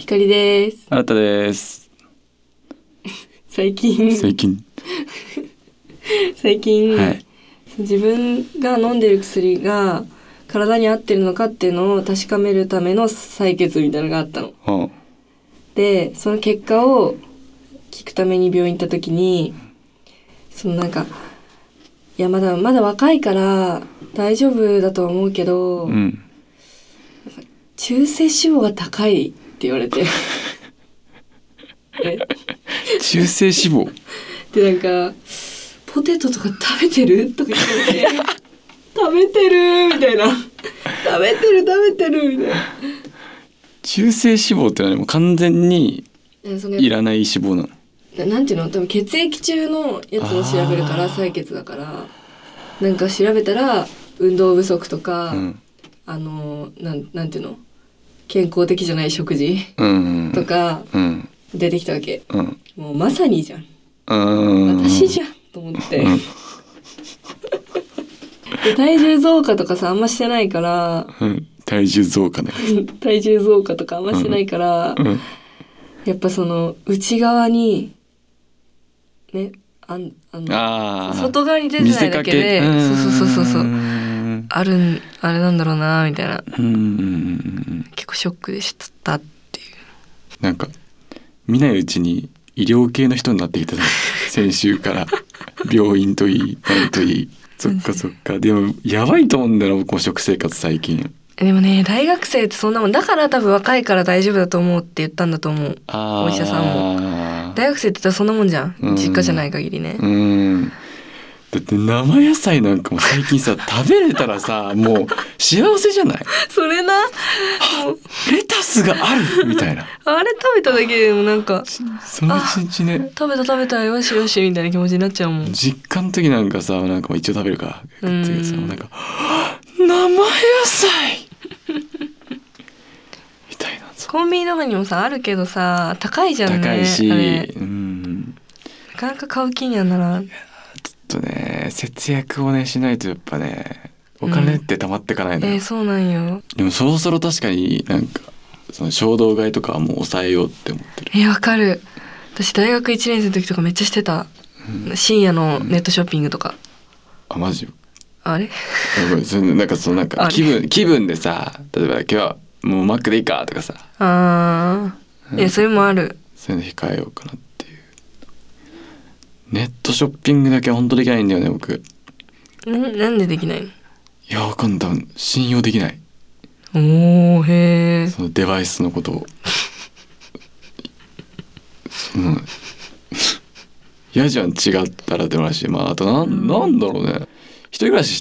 ひかりです。 あなたです。 最近、はい、自分が飲んでる薬が体に合ってるのかっていうのを確かめるための採血みたいなのがあったの。で、その結果を聞くために病院行った時に、いやまだ若いから大丈夫だとは思うけど、中性脂肪が高いって言われて中性脂肪でポテトとか食べてるとか言って食べてるみたいな食べてるみたいな。 中性脂肪ってのはもう完全にいらない脂肪なの。 なんていうの、多分血液中のやつを調べるから採血だから調べたら運動不足とか、なんていうの、健康的じゃない食事とか出てきたわけ、もうまさにじゃん、私じゃんと思って、で体重増加とかさあんましてないから、 体重増加ね体重増加とかあんましてないから、やっぱその内側にね、外側に出てないだけで、そうあれなんだろうなみたいな、結構ショックでしたっていう。 なんか見ないうちに医療系の人になってきた先週から病院といいなんといい。そっかでもやばいと思うんだよな、僕も食生活最近。 でもね、大学生ってそんなもんだから、多分若いから大丈夫だと思うって言ったんだと思う。お医者さんも大学生って言ったらそんなもんじゃん、実家じゃない限りね。 だって生野菜なんかも最近さ食べれたらさもう幸せじゃないそれな、 レタスがあるみたいなあれ食べただけでもその一日ね、 食べたよしよしみたいな気持ちになっちゃうもん。 実家の時なんかさ、もう一応食べるかっていうさ、生野菜みたいな。 コンビニとかにもさあるけどさ高いじゃんね。 高いし、 なかなか買う気にはならん。 ちょっとね、節約をねしないとやっぱね、お金って溜まってかないのよ。 そうなんよ。 でもそろそろ確かにその衝動買いとかはもう抑えようって思ってる。 わかる。私大学1年生の時とかめっちゃしてた、深夜のネットショッピングとか。 マジ？ あれ気分でさ、例えば今日はもうマックでいいかとかさ、 それもある。 そういうの控えようかなっていう。ネットショッピングだけは本当できないんだよね、僕。 なんでできないの？ いや、わかんない。信用できない。 へえ。 そのデバイスのことを嫌じゃん、違ったらでもないし、あとなんだろうね、一人暮らしして、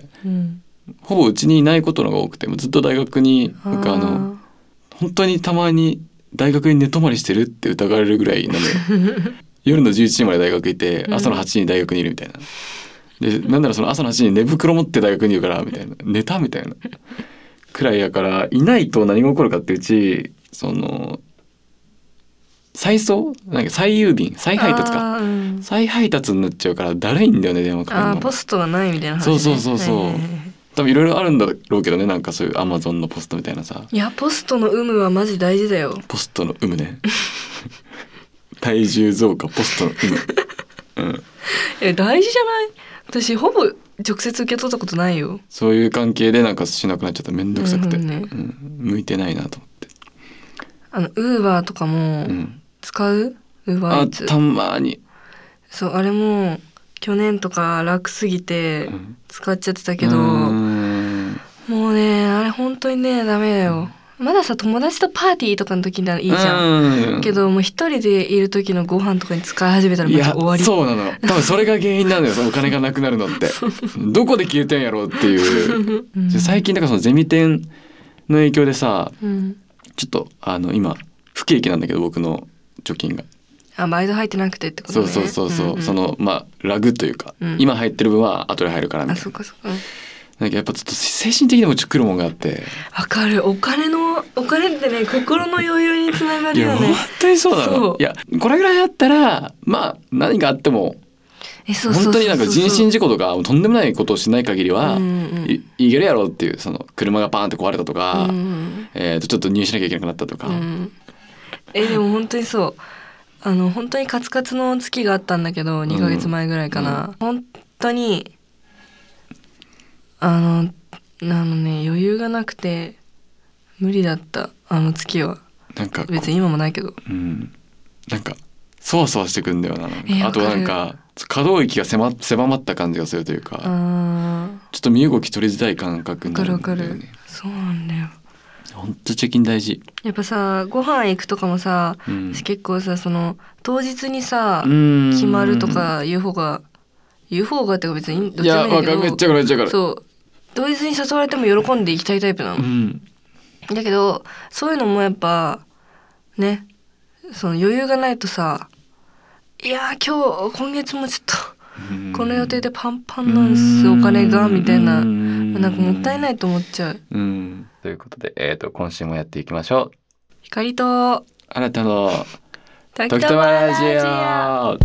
ほぼうちにいないことのが多くて、ずっと大学に僕本当にたまに大学に寝泊まりしてるって疑われるぐらいなのよ夜の11時まで大学いて、朝の8時に大学にいるみたいな。で、なんならその朝の8時に寝袋持って大学にいるからみたいな、寝たみたいなくらいやから、いないと何が起こるかって、うちその再送再郵便、再配達か、再配達になっちゃうからだるいんだよね、電話かかるの。 ポストがないみたいな話ね。 そう、多分いろいろあるんだろうけどね、そういうアマゾンのポストみたいなさ。 いや、ポストの有無はマジ大事だよ。 ポストの有無ね体重増加、ポストの有無大事じゃない？私ほぼ直接受け取ったことないよ。 そういう関係でしなくなっちゃったらめんどくさくて、向いてないなと思って。 ウーバーとかも使う？ウーバーイーツ。 たまに。 そう、あれも去年とか楽すぎて使っちゃってたけど、もうね、あれ本当にねダメだよ。まださ、友達とパーティーとかの時ならいいじゃん。けどもう一人でいる時のご飯とかに使い始めたらマジ終わり。 そうなの。多分それが原因なのよお金がなくなるのってどこで消えてんやろうっていう、最近そのゼミ店の影響でさ、ちょっと今不景気なんだけど、僕の貯金が。 バイト入ってなくてってことね。 そう、そのラグというか、今入ってる分は後で入るからみたいな。 そっか。 やっぱちょっと精神的にも来るもんがあって。 わかる。お金ってね、心の余裕につながるよね。 いや本当にそうなの。いや、これぐらいあったら何があっても本当に人身事故とかとんでもないことをしない限りはいけるやろっていう、その車がパーンって壊れたとか、ちょっと入院しなきゃいけなくなったとか、 でも本当にそう、本当にカツカツの月があったんだけど、2ヶ月前ぐらいかな、本当に余裕がなくて無理だった。月はなんか別に今もないけど、 なんかそわそわしてくんだよな。あとなんか可動域が狭まった感じがするというか、ちょっと身動き取りづらい感覚になるんだよね。 わかる。そうなんだよ。 ほんとチェキン大事。 やっぱさ、ご飯行くとかもさ、結構さ、その当日にさ決まるとかいう方がってか別にどっちでもいいんだけど、 いやわかる、めっちゃわかる。 そう当日に誘われても喜んで行きたいタイプなの、だけどそういうのもやっぱね、その余裕がないとさ、いや今月もちょっとこの予定でパンパンなんです、お金がみたいな、なんかもったいないと思っちゃう。 ということで、今週もやっていきましょう。 光とあなたの時たまラジオ。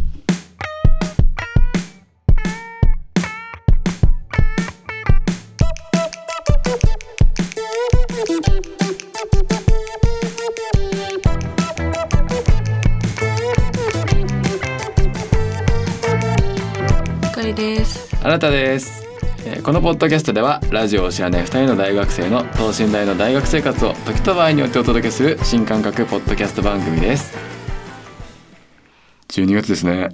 光です。 あなたです。このポッドキャストではラジオを知らない2人の大学生の等身大の大学生活を時と場合によってお届けする新感覚ポッドキャスト番組です。12月ですね。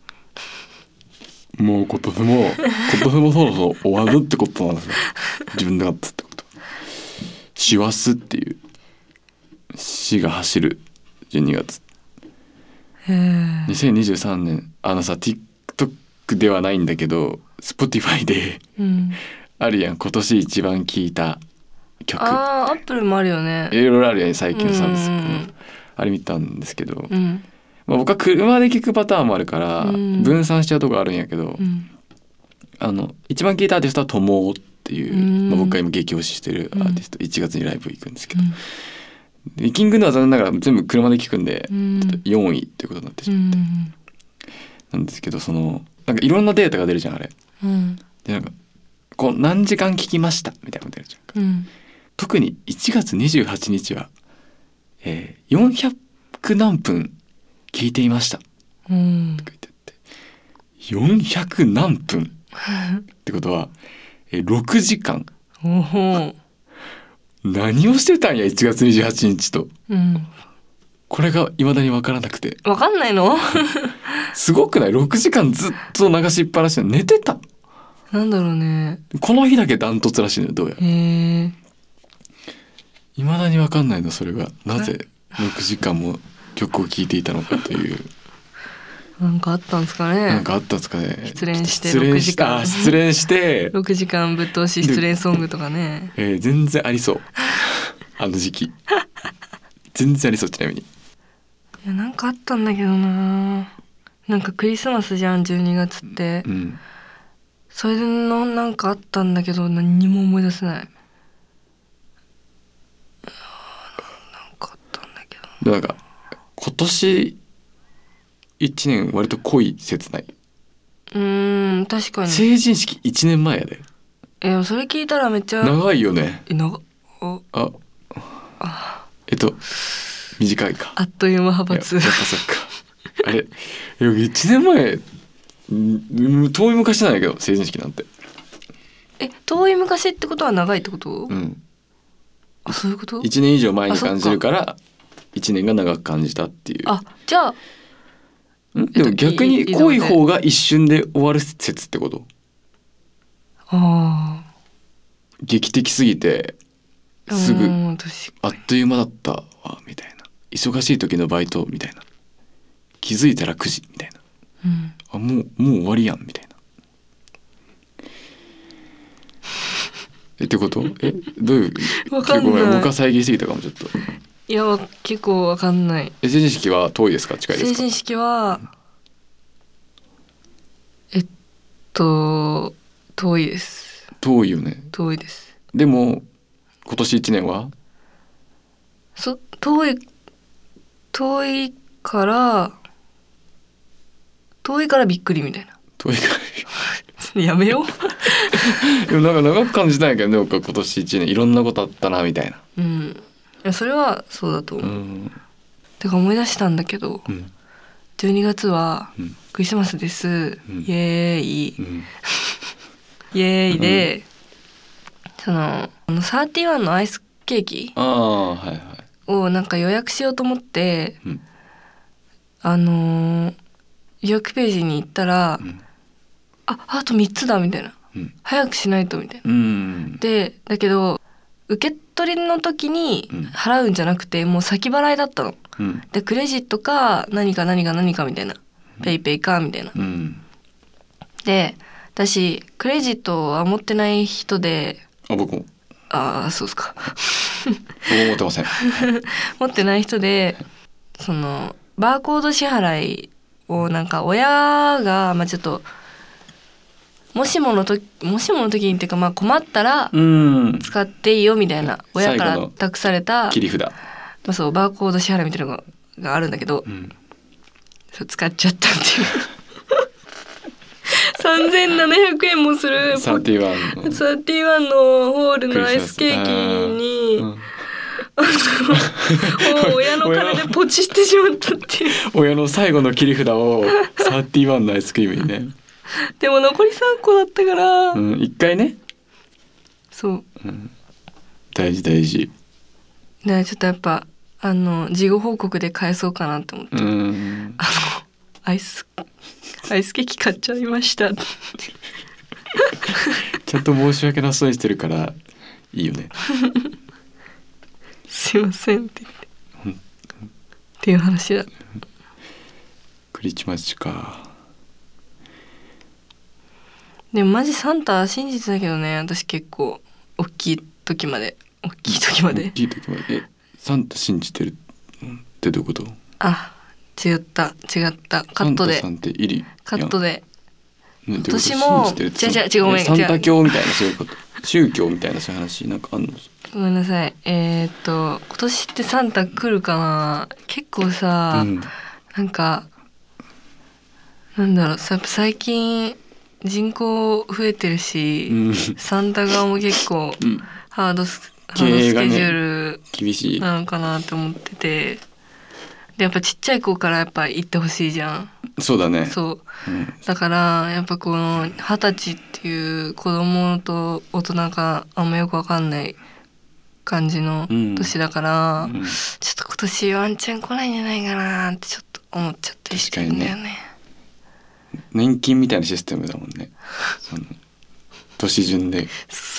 もう今年もそろそろ終わるってことなんですよ。自分で勝つってこと。師走っていう死が走る12月。2023年さ TikTok ではないんだけど Spotify で、あるやん、今年一番聴いた曲。 アップルもあるよね。 いろいろあるやん最近のサービス、あれ見たんですけど、僕は車で聴くパターンもあるから、分散しちゃうとこあるんやけど、一番聴いたアーティストはトモっていう、僕が今激推ししてるアーティスト、1月にライブ行くんですけど、キングヌーは残念ながら全部車で聴くんで、ちょっと4位ってことになってしまって、なんですけど、なんかいろんなデータが出るじゃんあれ、でなんかこう何時間聴きましたみたいなの出るじゃん、特に1月28日は、400何分聴いていました、とか言ってて、400何分ってことは、6時間何をしてたんや1月28日と、これが未だに分からなくて。 分かんないのすごくない？6時間ずっと流しっぱなしで寝てた。 なんだろうね。 この日だけダントツらしいのよ、どうやら。未だに分かんないの、それがなぜ6時間も曲を聴いていたのかという。 なんかあったんですかね。 なんかあったんですかね。 失恋して6時間。 失恋して 6時間ぶっ通し失恋ソングとかね。 全然ありそう。あの時期。全然ありそう。ちなみに。 いやなんかあったんだけどな。なんかクリスマスじゃん12月って、それのなんかあったんだけど何にも思い出せない。なんかあったんだけど。 なんか今年1年割と濃い切ない。 確かに。 成人式1年前やで。 それ聞いたらめっちゃ長いよね。短いか。 あっという間派閥。 やっぱそっか。あれ1年前、遠い昔じゃないけど成人式なんて。 遠い昔ってことは長いってこと？そういうこと？ 1 年以上前に感じるから1年が長く感じたっていう。 じゃあでも逆に濃い方が一瞬で終わる説ってこと？劇的すぎてすぐあっという間だったわみたいな。忙しい時のバイトみたいな。気づいたら9時みたいな、もう終わりやんみたいな。ってこと？どういう？ わかんない。 ごめん、僕は遮りすぎたかもちょっと。 いや結構わかんない。 成人式は遠いですか？近いですか？ 成人式は遠いです。 遠いよね。 遠いです。 でも今年1年は遠いからびっくりみたいな。 遠いからやめよう。でもなんか長く感じたんやけどね、僕は今年1年いろんなことあったなみたいな。 いやそれはそうだと思う。 てか思い出したんだけど、12月はクリスマスです、イエーイ、イエーイで、その31のアイスケーキをなんか予約しようと思って、予約ページに行ったら、あと3つだみたいな、早くしないとみたいな、でだけど受け取りの時に払うんじゃなくて、もう先払いだったの、でクレジットか何かみたいな、ペイペイかみたいな、で私クレジットは持ってない人で、 僕もそうですか僕も持ってません持ってない人で、そのバーコード支払いをなんか親がちょっともしもの時にっていうか、困ったら使っていいよみたいな、親から託された切り札、 そうバーコード支払いみたいなのがあるんだけど、そう使っちゃったっていう3700円もする 31 のホールのアイスケーキにもう親の金でポチしてしまったっていう親の最後の切り札を31のアイスクリームにねでも残り3個だったから、 1回ね、 そう、 大事ちょっとやっぱ事後報告で返そうかなって思って、アイスケーキ買っちゃいましたちゃんと申し訳なそうにしてるからいいよねすいませんって言って、っていう話だ。 クリチマチか。 でもマジサンタ信じてたけどね、私結構大きい時までサンタ信じてるってどういうこと？ 違ったカットで、 サンタさんっているカットで、 私も違うごめん、サンタ教みたいなそういうこと宗教みたいなそういう話なんかあんの？ ごめんなさい。今年ってサンタ来るかな。結構さ、なんかなんだろう、最近人口増えてるし、サンタ側も結構ハードスケジュール厳しいなのかなって思ってて、でやっぱちっちゃい子からやっぱ行ってほしいじゃん。 そうだね。 そう、だからやっぱこの20歳っていう子供と大人があんまよくわかんない感じの年だから、ちょっと今年ワンチャン来ないんじゃないかなってちょっと思っちゃったりしてるんだよね。 年金みたいなシステムだもんね。その年順で。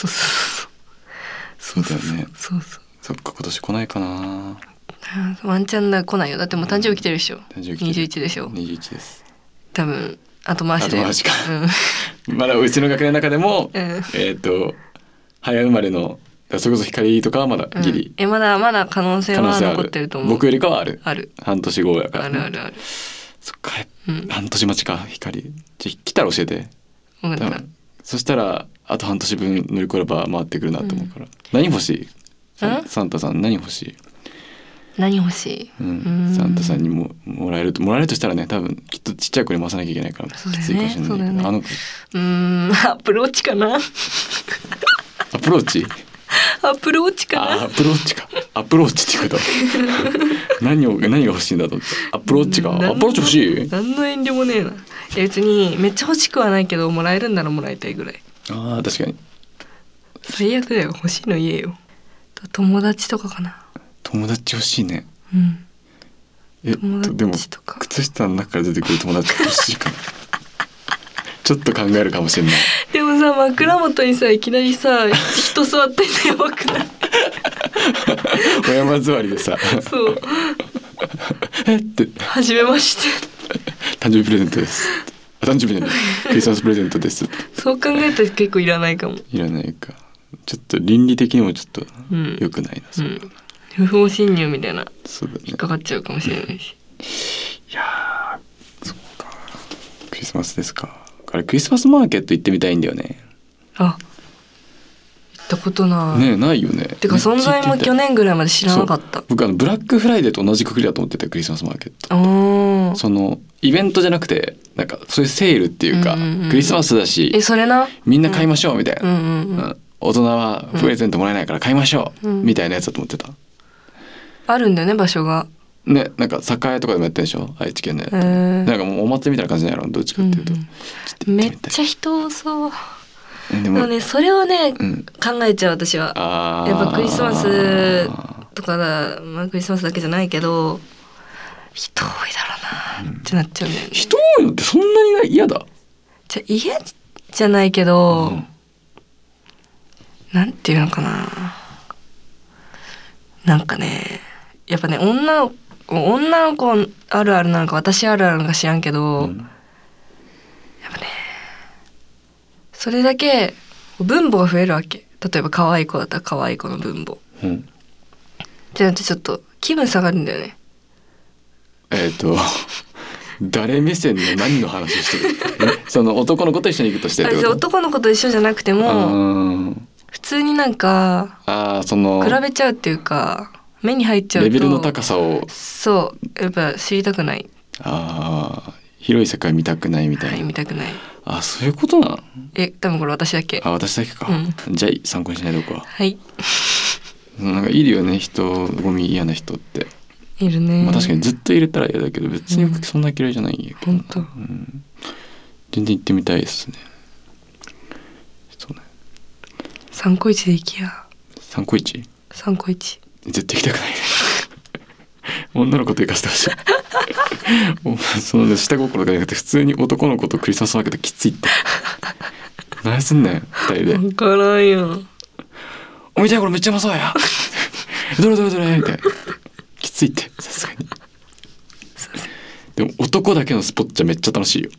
そうだよね。そっか、今年来ないかな。 ワンチャンだ来ないよ。だってもう誕生日来てるでしょ。21でしょ。 21です。 多分後回しだよ。 後回しか。まだうちの学年の中でも、早生まれのそれこそ光とかはまだギリ。 まだ可能性は残ってると思う。 僕よりかはある。半年後やから。 ある。 そっか、半年待ちか。光来たら教えて。そしたらあと半年分乗り越えれば回ってくるなと思うから。何欲しい？サンタさん何欲しい？サンタさんにもらえるとしたらね、多分きっとちっちゃい子に回さなきゃいけないから、きついかもしれないけど、 アプローチかな。 アプローチアプローチかな。 アプローチか。アプローチってこと何が欲しいんだと思って。アプローチか。アプローチ欲しい？ 何の遠慮もねえな。別にめっちゃ欲しくはないけど、もらえるんならもらいたいぐらい。 確かに。 最悪だよ、欲しいの言えよ。友達とかかな。 友達欲しいね。 友達でも靴下の中から出てくる友達欲しいかな。ちょっと考えるかもしれない。 でもさ、枕元にさ、いきなりさ、人座ってんのやばくない？ お山座りでさ。 そう。 って初めまして。 誕生日プレゼントです。誕生日じゃない。クリスマスプレゼントです。 そう考えたら結構いらないかも。 いらないか。ちょっと倫理的にもちょっと良くないな。 不法侵入みたいな。 そうだね。 引っかかっちゃうかもしれないし。 いやそっか。クリスマスですか。あれクリスマスマーケット行ってみたいんだよね。 行ったことない。 ね、ないよね。 てか存在も去年ぐらいまで知らなかった。 僕ブラックフライデーと同じくくりだと思ってた、クリスマスマーケット。そのイベントじゃなくて、なんかそういうセールっていうか、クリスマスだし、 それな、 みんな買いましょうみたいな。大人はプレゼントもらえないから買いましょうみたいなやつだと思ってた。 あるんだよね、場所が。 ね、なんか栄とかでもやってるでしょ、愛知県で。なんかもうお祭りみたいな感じなんやろ、どっちかっていうと。 めっちゃ人多そう。でもね、それをね、考えちゃう私は。やっぱクリスマスとかだ、まあクリスマスだけじゃないけど、人多いだろうなってなっちゃうんだよね。 人多いのってそんなに嫌だ？ 嫌じゃないけど、なんていうのかな。なんかね、やっぱね、女の子あるあるなのか私あるあるなのか知らんけど、やっぱね、それだけ分母が増えるわけ。例えば可愛い子だったら可愛い子の分母。ってなってちょっと気分下がるんだよね。 誰目線の何の話してる？その男の子と一緒に行くとしてってこと？ 男の子と一緒じゃなくても、普通になんか比べちゃうっていうか、目に入っちゃうとレベルの高さをそうやっぱ知りたくない。 広い世界見たくないみたいな。 はい、見たくない。 そういうことなの？ 多分これ私だけ。 私だけか。じゃあ参考にしないでおくわ。 はい。 なんかいるよね、人ゴミ嫌な人って。 いるね。 確かにずっと入れたら嫌だけど、別にそんな嫌いじゃないんやけどな。本当。全然行ってみたいですね。そうね。 3個1で行きや。 3個 1？ 3個1。 絶対行きたくないね。女の子と行かせてほしい。その下心がなくて普通に男の子とクリスマスマーケットきついって。何すんねん2人で。 分からんよ。 おみたいこれめっちゃうまそうや。どれみたいな。きついってさすがに。でも男だけのスポッチャめっちゃ楽しいよ。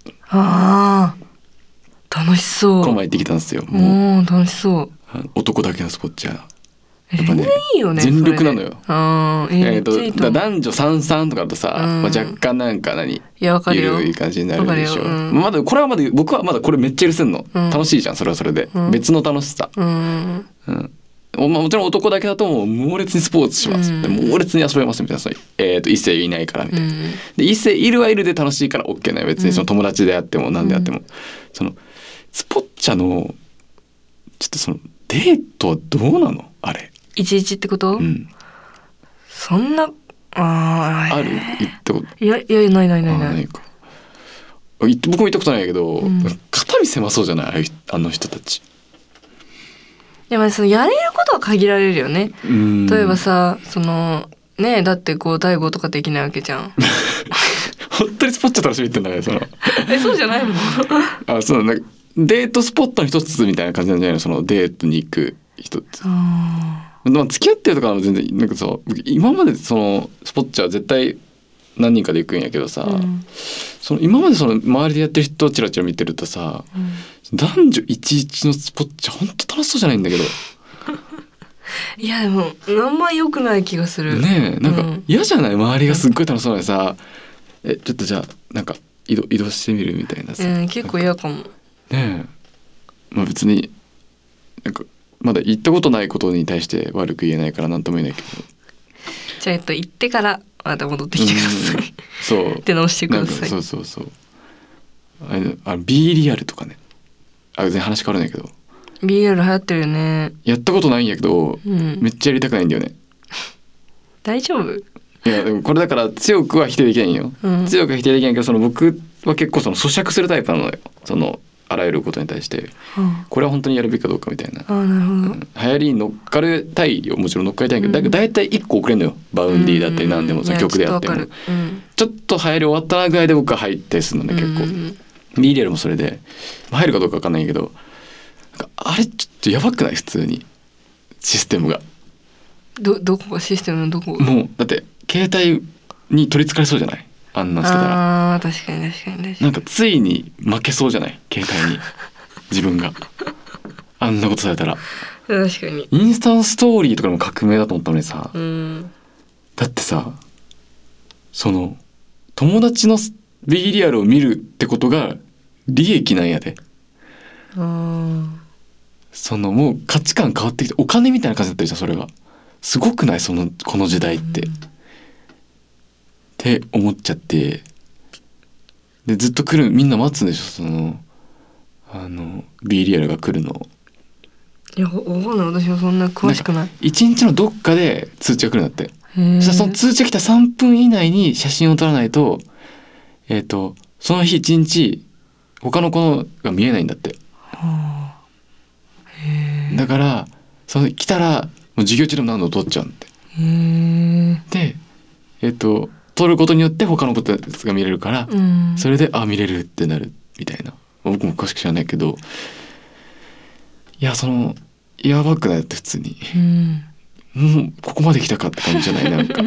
楽しそう。 この前行ってきたんですよ。 もう楽しそう。 男だけのスポッチャ。 やっぱね、いいよね、 全力なのよ。 男女33とかだとさ、若干なんか緩い感じになるでしょ。まだこれは僕はまだこれめっちゃ許せんの。楽しいじゃん、それはそれで。別の楽しさ。もちろん男だけだともう猛烈にスポーツします。猛烈に遊べますみたいな。異性いないからみたいな。で異性いるはいるで楽しいから OK ね。別にその友達であっても何であっても。そのスポッチャのちょっとそのデートはどうなのあれ。 11ってこと？そんなある？行ったこと？ いやないか。僕も行ったことないけど、肩身狭そうじゃない？あの人たち。 でもそのやれることは限られるよね。例えばさ、ね、だって5対5とかできないわけじゃん。 本当にスポッチャ楽しみってんだね、 そうじゃないもん。 そうなんかデートスポットの一つみたいな感じなんじゃないの？そのデートに行く一つ。付き合ってるとかは全然なんか今までそのスポッチャは絶対何人かで行くんやけどさ、今までその周りでやってる人をチラチラ見てるとさ、男女11のスポッチャ本当楽しそうじゃないんだけど。 いやでもあんま良くない気がするね。なんか嫌じゃない？周りがすっごい楽しそうなのにさ、ちょっとじゃあなんか移動してみるみたいなさ。 結構嫌かもね。別になんかまだ行ったことないことに対して悪く言えないから何とも言えないけど。 じゃあ行ってからまた戻ってきてください。そう出直してください。 そうB リアルとかね。全然話変わらないけど B リアル流行ってるよね。 やったことないんやけど、めっちゃやりたくないんだよね。 大丈夫？ いやでもこれだから強くは否定できないよ、強くは否定できないけど、僕は結構咀嚼するタイプなのよ。あらゆることに対して、これは本当にやるべきかどうかみたいな。 なるほど。 流行りに乗っかるたいよ、もちろん乗っかりたいけど、だいたい1個遅れんのよ。バウンディだったり何でも曲であっても、ちょっと流行り終わったなぐらいで僕は入ったりするのね、結構。B リアルもそれで入るかどうか分かんないけど、あれちょっとやばくない？普通にシステムが。 どこがシステムのどこ？ もうだって携帯に取りつかれそうじゃない？あんなしてたら。 確かになんかついに負けそうじゃない？携帯に自分があんなことされたら。 確かに。 インスタのストーリーとかでも革命だと思ったのにさ、だってさ、友達のB リアルを見るってことが利益なんやで。もう価値観変わってきてお金みたいな感じだったじゃん。それがすごくない？この時代ってって思っちゃって、でずっと来る、みんな待つんでしょ、B リアルが来るの。 いやわかんない、私はそんな詳しくない。 一日のどっかで通知が来るんだって。 そしたらその通知が来た3分以内に写真を撮らないとその日一日他の子が見えないんだって。だからその来たらもう授業中でも何度も撮っちゃうんだって。で撮ることによって他の子たちが見れるから、それで見れるってなるみたいな。僕も詳しく知らないけど、いややばくないって普通に、もうここまで来たかって感じじゃないなんか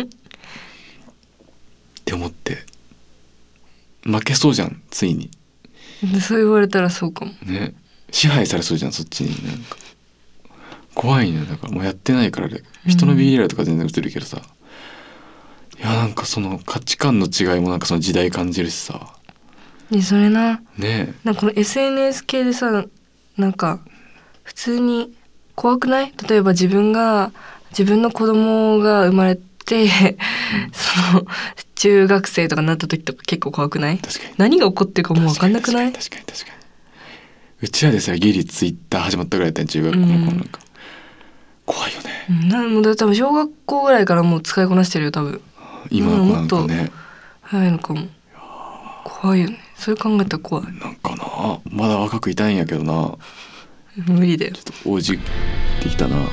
って思って、負けそうじゃんついに。 そう言われたらそうかもね。支配されそうじゃんそっちに。なんか怖いね。だからもうやってないから人の B リーラーとか全然打てるけどさ、いやなんかその価値観の違いもなんかその時代感じるしさ。 それな。 ね。 なんかこの SNS 系でさ、なんか普通に怖くない？例えば自分の子供が生まれて、その中学生とかになった時とか結構怖くない？ 確かに。 何が起こってるかもう分かんなくない？ 確かに。うちらでさギリツイッター始まったぐらいだった中学校の子なんか、怖いよね。 もうだって多分小学校ぐらいからもう使いこなしてるよ多分。 今の子なんかね。 早いのかも。怖いよね。それ考えたら怖い。 なんかな、まだ若くいたいんやけどな。 無理だよ。 ちょっと王子できたな。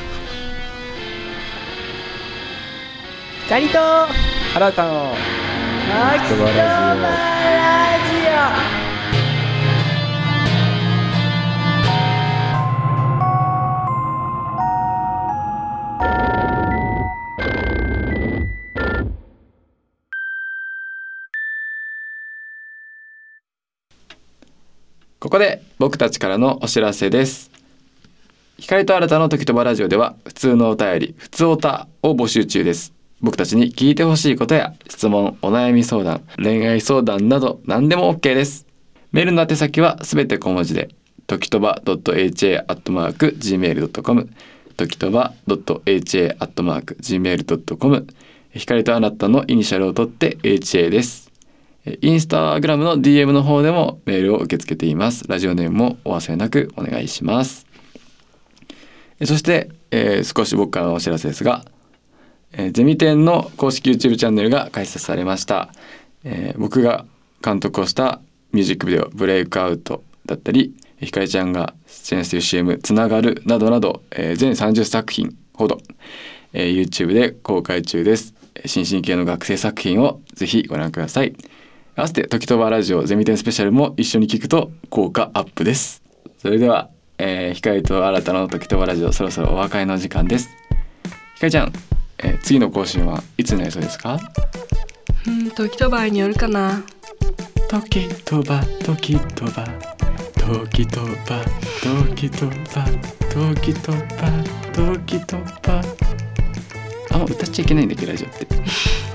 光と新たの秋とラジオ。 ここで僕たちからのお知らせです。光と新たの時とばラジオでは普通のお便り、普通おたを募集中です。僕たちに聞いてほしいことや質問、お悩み相談、恋愛相談など何でも OK です。メールの宛先はすべて小文字で時とば .ha@gmail.com 時とば .ha@gmail.com 光と新たのイニシャルを取って HA です。インスタグラムの DM の方でもメールを受け付けています。ラジオネームもお忘れなくお願いします。そして、少し僕からのお知らせですが、ゼミ展の公式 YouTube チャンネルが開設されました。僕が監督をしたミュージックビデオブレイクアウトだったり、ひかりちゃんが出演している CM つながるなどなど、全30作品ほど、YouTube で公開中です。新進系の学生作品をぜひご覧ください。合わせて時とばラジオゼミ展スペシャルも一緒に聞くと効果アップです。それでは、光と新たの時とばラジオそろそろお別れの時間です。ひかりちゃん、次の更新はいつになりそうですか？ 時とばによるかな。 時とば時とば時とば時とば時とば時とば。あんま歌っちゃいけないんだっけラジオって。